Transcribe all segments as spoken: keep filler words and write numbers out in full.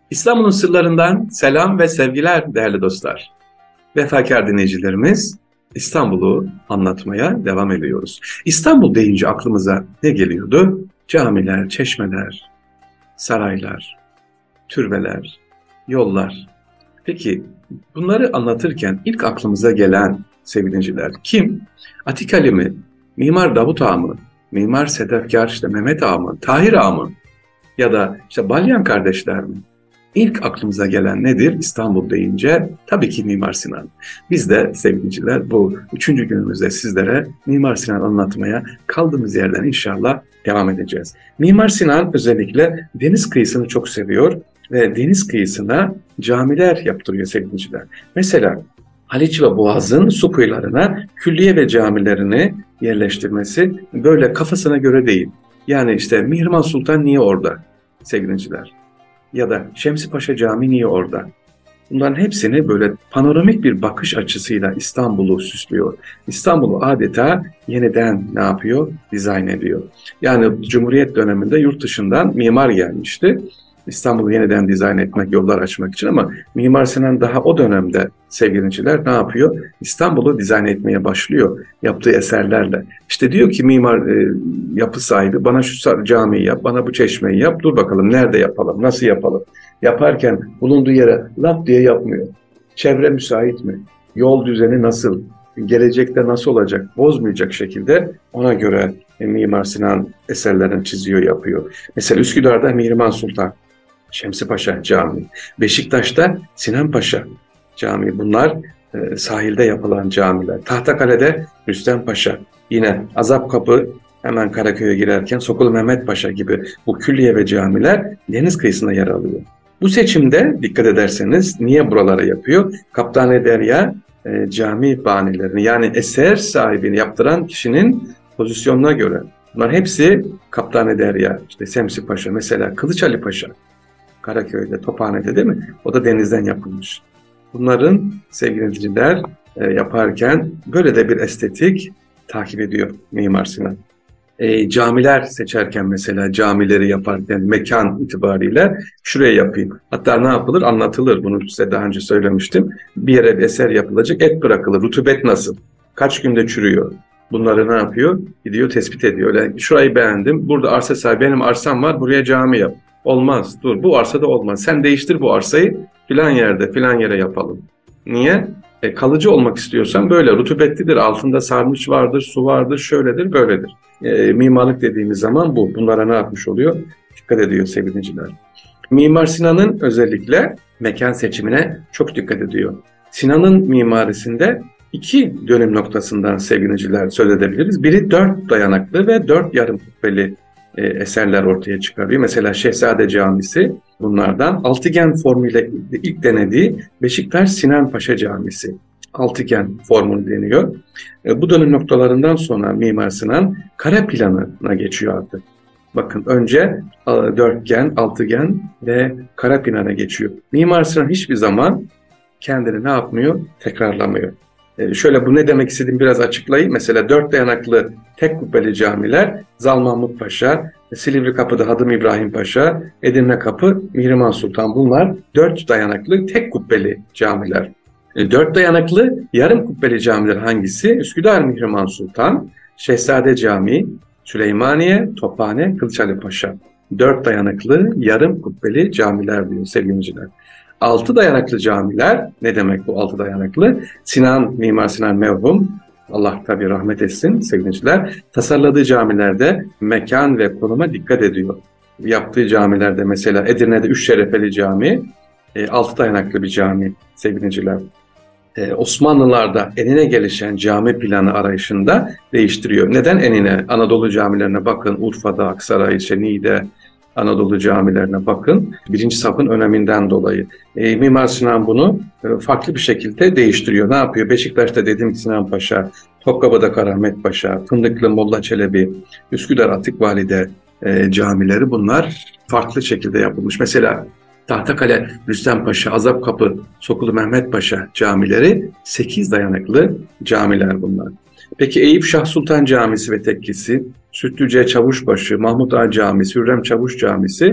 İstanbul'un sırlarından selam ve sevgiler değerli dostlar. Vefakar dinleyicilerimiz, İstanbul'u anlatmaya devam ediyoruz. İstanbul deyince aklımıza ne geliyordu? Camiler, çeşmeler, saraylar, türbeler, yollar. Peki bunları anlatırken ilk aklımıza gelen sevgiliciler kim? Atik Ali mi? Mimar Davut Ağa mı? Mimar Sedefkar işte Mehmet Ağa mı? Tahir Ağa mı? Ya da işte Balyan kardeşler mi? İlk aklımıza gelen nedir? İstanbul deyince tabii ki Mimar Sinan. Biz de sevgiliciler bu üçüncü günümüzde sizlere Mimar Sinan anlatmaya kaldığımız yerden inşallah devam edeceğiz. Mimar Sinan özellikle deniz kıyısını çok seviyor ve deniz kıyısına camiler yaptırıyor sevgiliciler. Mesela Haliç ve Boğaz'ın su kıyılarına külliye ve camilerini yerleştirmesi böyle kafasına göre değil. Yani işte Mihrimah Sultan niye orada sevgiliciler? Ya da Şemsi Paşa Camii niye orada? Bunların hepsini böyle panoramik bir bakış açısıyla İstanbul'u süslüyor. İstanbul'u adeta yeniden ne yapıyor? Dizayn ediyor. Yani Cumhuriyet döneminde yurt dışından mimar gelmişti. İstanbul'u yeniden dizayn etmek, yollar açmak için ama Mimar Sinan daha o dönemde sevgiliciler ne yapıyor? İstanbul'u dizayn etmeye başlıyor yaptığı eserlerle. İşte diyor ki mimar e, yapı sahibi bana şu camiyi yap, bana bu çeşmeyi yap, dur bakalım nerede yapalım, nasıl yapalım? Yaparken bulunduğu yere lap diye yapmıyor. Çevre müsait mi? Yol düzeni nasıl? Gelecekte nasıl olacak? Bozmayacak şekilde ona göre e, Mimar Sinan eserlerini çiziyor, yapıyor. Mesela Üsküdar'da Mihrimah Sultan Şemsi Paşa Camii, Beşiktaş'ta Sinan Paşa Camii, bunlar e, sahilde yapılan camiler. Tahtakale'de Rüstem Paşa, yine Azapkapı hemen Karaköy'e girerken Sokulu Mehmet Paşa gibi bu külliye ve camiler deniz kıyısında yer alıyor. Bu seçimde dikkat ederseniz niye buralara yapıyor? Kaptanı Derya e, cami banilerini yani eser sahibini yaptıran kişinin pozisyonuna göre. Bunlar hepsi Kaptanı Derya, işte Semsi Paşa, mesela Kılıç Ali Paşa. Karaköy'de, Tophane'de değil mi? O da denizden yapılmış. Bunların sevgiliciler e, yaparken böyle de bir estetik takip ediyor Mimar Sinan. E, camiler seçerken mesela camileri yaparken mekan itibariyle şuraya yapayım. Hatta ne yapılır? Anlatılır. Bunu size daha önce söylemiştim. Bir yere bir eser yapılacak, et bırakılır. Rutubet nasıl? Kaç günde çürüyor? Bunları ne yapıyor? Gidiyor tespit ediyor. Öyle, şurayı beğendim. Burada arsa sahibi, benim arsam var. Buraya cami yap. Olmaz. Dur, bu arsada olmaz. Sen değiştir bu arsayı. Filan yerde, filan yere yapalım. Niye? E, kalıcı olmak istiyorsan böyle rutubetlidir. Altında sarnıç vardır, su vardır, şöyledir, böyledir. E, mimarlık dediğimiz zaman bu. Bunlara ne yapmış oluyor? Dikkat ediyor sevgiliciler. Mimar Sinan'ın özellikle mekan seçimine çok dikkat ediyor. Sinan'ın mimarisinde iki dönüm noktasından sevgiliciler söz edebiliriz. Biri dört dayanaklı ve dört yarım kubbeli e, eserler ortaya çıkarıyor. Mesela Şehzade Camisi bunlardan. Altıgen formuyla ilk denediği Beşiktaş Sinan Paşa Camisi. Altıgen formunu deniyor. E, bu dönüm noktalarından sonra Mimar Sinan kare planına geçiyor artık. Bakın önce dörtgen, altıgen ve kare plana geçiyor. Mimar Sinan hiçbir zaman kendini ne yapmıyor? Tekrarlamıyor. Ee, şöyle bu ne demek istediğimi biraz açıklayayım. Mesela dört dayanaklı tek kubbeli camiler Zal Mahmut Paşa, Silivri Kapı'da Hadım İbrahim Paşa, Edirne Kapı, Mihrimah Sultan, bunlar dört dayanaklı tek kubbeli camiler. E, dört dayanaklı yarım kubbeli camiler hangisi? Üsküdar Mihrimah Sultan, Şehzade Camii, Süleymaniye, Tophane, Kılıç Ali Paşa. Dört dayanaklı yarım kubbeli camiler diyor sevgiliciler. Altı dayanaklı camiler, ne demek bu altı dayanaklı? Sinan, Mimar Sinan merhum, Allah tabii rahmet etsin sevgiliciler, tasarladığı camilerde mekan ve konuma dikkat ediyor. Yaptığı camilerde mesela Edirne'de Üç Şerefeli Cami, e, altı dayanaklı bir cami sevgiliciler. Ee, Osmanlılar'da enine gelişen cami planı arayışında değiştiriyor. Neden enine? Anadolu camilerine bakın, Urfa'da, Aksaray, Niğde, Anadolu camilerine bakın. Birinci safın öneminden dolayı. E, Mimar Sinan bunu e, farklı bir şekilde değiştiriyor. Ne yapıyor? Beşiktaş'ta dedim Sinan Paşa, Topkapı'da Karamet Paşa, Fındıklı Molla Çelebi, Üsküdar Atik Valide e, camileri, bunlar farklı şekilde yapılmış. Mesela Tahtakale, Rüstem Paşa, Azapkapı, Sokulu Mehmet Paşa camileri sekiz dayanaklı camiler bunlar. Peki Eyüp Şah Sultan Camisi ve Tekkesi, Sütlüce Çavuşbaşı, Mahmut Ağa Camisi, Hürrem Çavuş Camisi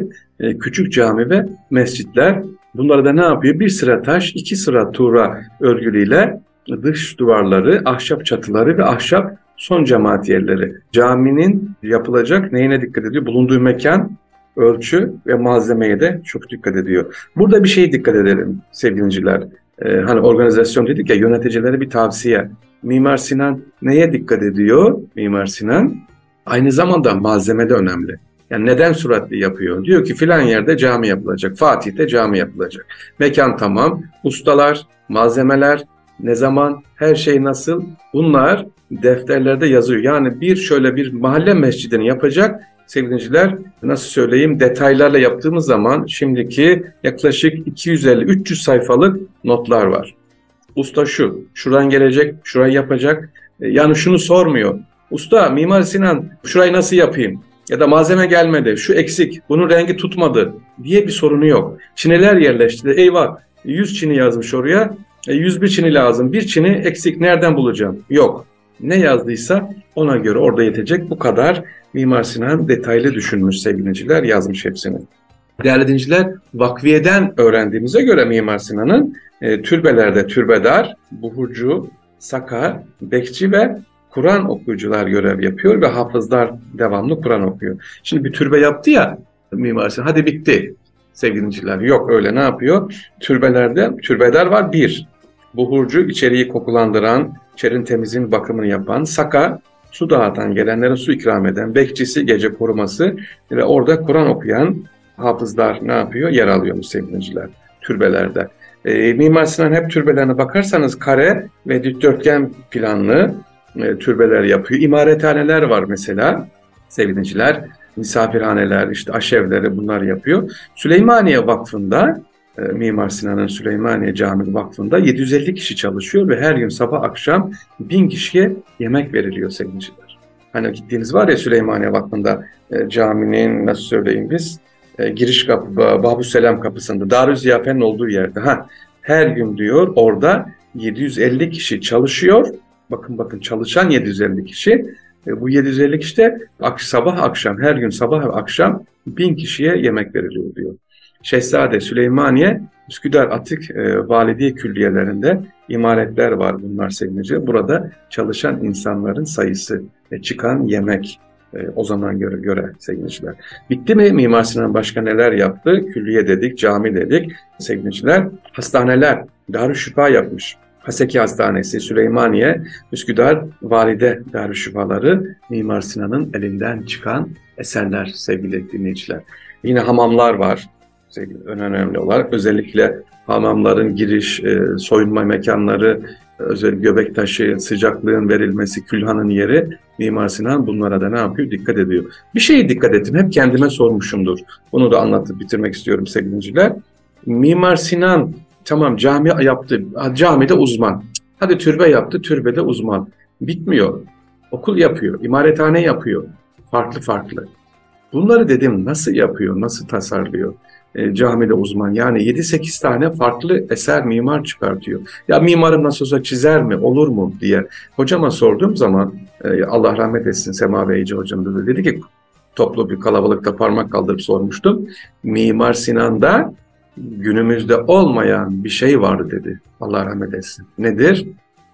e, küçük cami ve mescitler. Bunları da ne yapıyor? Bir sıra taş, iki sıra tuğra örgüleriyle dış duvarları, ahşap çatıları ve ahşap son cemaat yerleri. Caminin yapılacak neyine dikkat ediyor? Bulunduğu mekan, ölçü ve malzemeye de çok dikkat ediyor. Burada bir şeye dikkat edelim sevgiliciler. Ee, hani organizasyon dedik ya, yöneticilere bir tavsiye. Mimar Sinan neye dikkat ediyor? Mimar Sinan aynı zamanda malzeme de önemli. Yani neden süratli yapıyor? Diyor ki filan yerde cami yapılacak. Fatih'te cami yapılacak. Mekan tamam. Ustalar, malzemeler, ne zaman, her şey nasıl? Bunlar defterlerde yazıyor. Yani bir şöyle bir mahalle mescidini yapacak sevgiliciler, nasıl söyleyeyim, detaylarla yaptığımız zaman şimdiki yaklaşık iki yüz elli üç yüz sayfalık notlar var. Usta şu, şuradan gelecek, şurayı yapacak. Yani şunu sormuyor. Usta, Mimar Sinan şurayı nasıl yapayım? Ya da malzeme gelmedi, şu eksik, bunun rengi tutmadı diye bir sorunu yok. Çiniler yerleşti. Eyvah, yüz çini yazmış oraya. yüz bir çini lazım. Bir çini eksik, nereden bulacağım? Yok. Ne yazdıysa ona göre orada yetecek. Bu kadar Mimar Sinan detaylı düşünmüş sevgiliciler, yazmış hepsini. Değerli dinciler, vakfiyeden öğrendiğimize göre Mimar Sinan'ın e, türbelerde türbedar, buhurcu, sakar, bekçi ve Kur'an okuyucular görev yapıyor ve hafızlar devamlı Kur'an okuyor. Şimdi bir türbe yaptı ya Mimar Sinan, hadi bitti sevgiliciler. Yok öyle, ne yapıyor? Türbelerde türbedar var bir. Buhurcu, içeriği kokulandıran, içerinin temizliğin bakımını yapan, saka, su dağıtan, gelenlere su ikram eden, bekçisi, gece koruması ve orada Kur'an okuyan hafızlar ne yapıyor? Yer alıyormuş sevgiliciler türbelerde. E, Mimar Sinan hep türbelerine bakarsanız kare ve dikdörtgen planlı e, türbeler yapıyor. İmarethaneler var mesela sevgiliciler. Misafirhaneler, işte aşevleri, bunlar yapıyor. Süleymaniye Vakfı'nda, e, Mimar Sinan'ın Süleymaniye Camii Vakfı'nda yedi yüz elli kişi çalışıyor ve her gün sabah akşam bin kişiye yemek veriliyor sevgiliciler. Hani gittiğiniz var ya Süleymaniye Vakfı'nda e, caminin, nasıl söyleyeyim biz, e, giriş kapı, Babüselam kapısında, Darüziyafe'nin olduğu yerde. Ha, her gün diyor orada yedi yüz elli kişi çalışıyor. Bakın bakın, çalışan yedi yüz elli kişi. E, bu yedi yüz elli kişi de sabah akşam, her gün sabah ve akşam bin kişiye yemek veriliyor diyor. Şehzade Süleymaniye, Üsküdar Atık e, Validiye Külliyelerinde imaretler var bunlar sevgili. Burada çalışan insanların sayısı ve çıkan yemek e, o zaman göre, göre sevgiliciler. Bitti mi Mimar Sinan başka neler yaptı? Külliye dedik, cami dedik sevgiliciler. Hastaneler, Darüşşifa yapmış. Haseki Hastanesi, Süleymaniye, Üsküdar Valide Darüşşifaları Mimar Sinan'ın elinden çıkan eserler sevgili dinleyiciler. Yine hamamlar var sevgili, önemli olarak. Özellikle hamamların giriş, e, soyunma mekanları, özel göbek taşı, sıcaklığın verilmesi, külhanın yeri, Mimar Sinan bunlara da ne yapıyor? Dikkat ediyor. Bir şeye dikkat ettim, hep kendime sormuşumdur. Bunu da anlatıp bitirmek istiyorum sevgiliciler. Mimar Sinan tamam cami yaptı, camide uzman. Hadi türbe yaptı, türbede uzman. Bitmiyor. Okul yapıyor, imarethane yapıyor. Farklı farklı. Bunları dedim, nasıl yapıyor, nasıl tasarlıyor? E, camide uzman. Yani yedi sekiz tane farklı eser mimar çıkartıyor. Ya mimarım nasıl olsa çizer mi, olur mu diye hocama sorduğum zaman, e, Allah rahmet etsin Sema Beyci hocam da dedi ki, toplu bir kalabalıkta parmak kaldırıp sormuştum. Mimar Sinan'da günümüzde olmayan bir şey vardı dedi. Allah rahmet etsin. Nedir?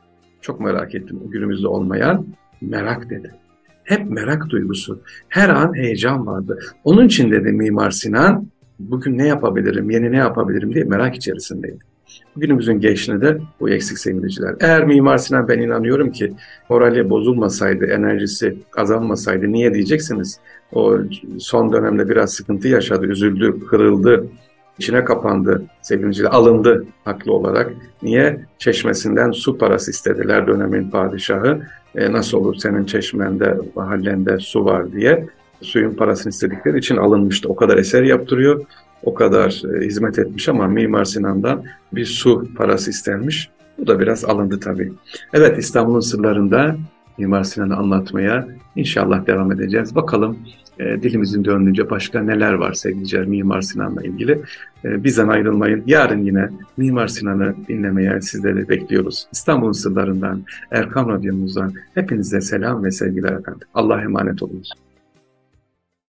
Çok merak ettim. Günümüzde olmayan merak dedi. Hep merak duygusu. Her an heyecan vardı. Onun için dedi Mimar Sinan, bugün ne yapabilirim, yeni ne yapabilirim diye merak içerisindeydi. Günümüzün gençliğine de bu eksik sevgiliciler. Eğer Mimar Sinan, ben inanıyorum ki morali bozulmasaydı, enerjisi azalmasaydı, niye diyeceksiniz? O son dönemde biraz sıkıntı yaşadı, üzüldü, kırıldı, içine kapandı sevgiliciler, alındı haklı olarak. Niye? Çeşmesinden su parası istediler dönemin padişahı. E, nasıl olur senin çeşmende, mahallende su var diye suyun parasını istedikleri için alınmıştı. O kadar eser yaptırıyor, o kadar e, hizmet etmiş ama Mimar Sinan'dan bir su parası istenmiş. Bu da biraz alındı tabii. Evet, İstanbul'un sırlarında Mimar Sinan'ı anlatmaya inşallah devam edeceğiz. Bakalım e, dilimizin döndüğünce başka neler var sevgili Mimar Sinan'la ilgili. E, bizden ayrılmayın. Yarın yine Mimar Sinan'ı dinlemeye sizleri bekliyoruz. İstanbul'un sırlarından, Erkam Radyomuzdan hepinize selam ve sevgiler efendim. Allah'a emanet olunuz.